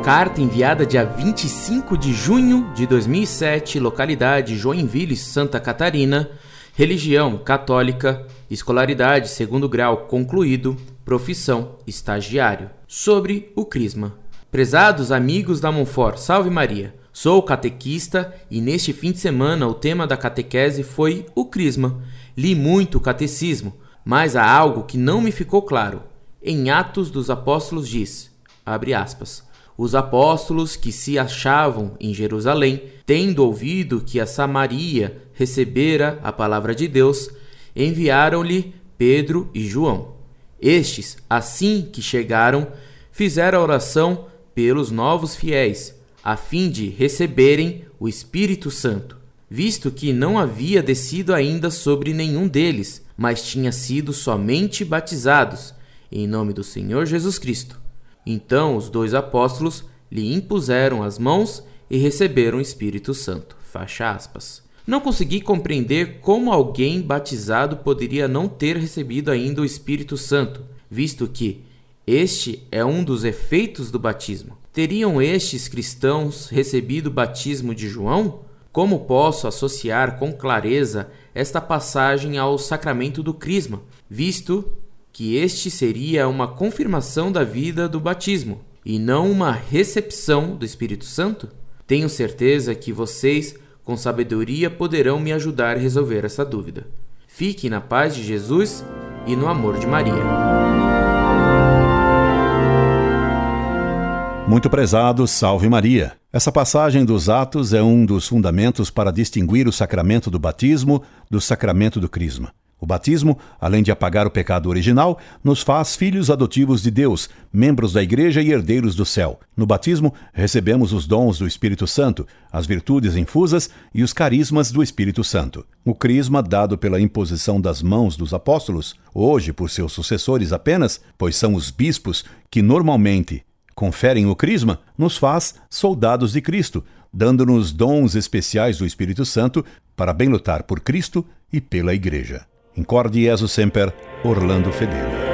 Carta enviada dia 25 de junho de 2007, localidade Joinville, Santa Catarina, religião católica, escolaridade 2º grau concluído, profissão estagiário. Sobre o Crisma. Prezados amigos da Monfort, salve Maria. Sou catequista e neste fim de semana o tema da catequese foi o Crisma. Li muito o catecismo, mas há algo que não me ficou claro. Em Atos dos Apóstolos diz, abre aspas, os apóstolos que se achavam em Jerusalém, tendo ouvido que a Samaria recebera a palavra de Deus, enviaram-lhe Pedro e João. Estes, assim que chegaram, fizeram a oração pelos novos fiéis, a fim de receberem o Espírito Santo, visto que não havia descido ainda sobre nenhum deles, mas tinha sido somente batizados, em nome do Senhor Jesus Cristo. Então os 2 apóstolos lhe impuseram as mãos e receberam o Espírito Santo. Fecha aspas. Não consegui compreender como alguém batizado poderia não ter recebido ainda o Espírito Santo, visto que este é um dos efeitos do batismo. Teriam estes cristãos recebido o batismo de João? Como posso associar com clareza esta passagem ao sacramento do Crisma, visto que este seria uma confirmação da vida do batismo e não uma recepção do Espírito Santo? Tenho certeza que vocês, com sabedoria, poderão me ajudar a resolver essa dúvida. Fique na paz de Jesus e no amor de Maria. Muito prezado, salve Maria. Essa passagem dos Atos é um dos fundamentos para distinguir o sacramento do batismo do sacramento do Crisma. O batismo, além de apagar o pecado original, nos faz filhos adotivos de Deus, membros da Igreja e herdeiros do céu. No batismo, recebemos os dons do Espírito Santo, as virtudes infusas e os carismas do Espírito Santo. O Crisma, dado pela imposição das mãos dos apóstolos, hoje por seus sucessores apenas, pois são os bispos que normalmente conferem o Crisma, nos faz soldados de Cristo, dando-nos dons especiais do Espírito Santo para bem lutar por Cristo e pela Igreja. Incorde Jesus Semper, Orlando Fedeli.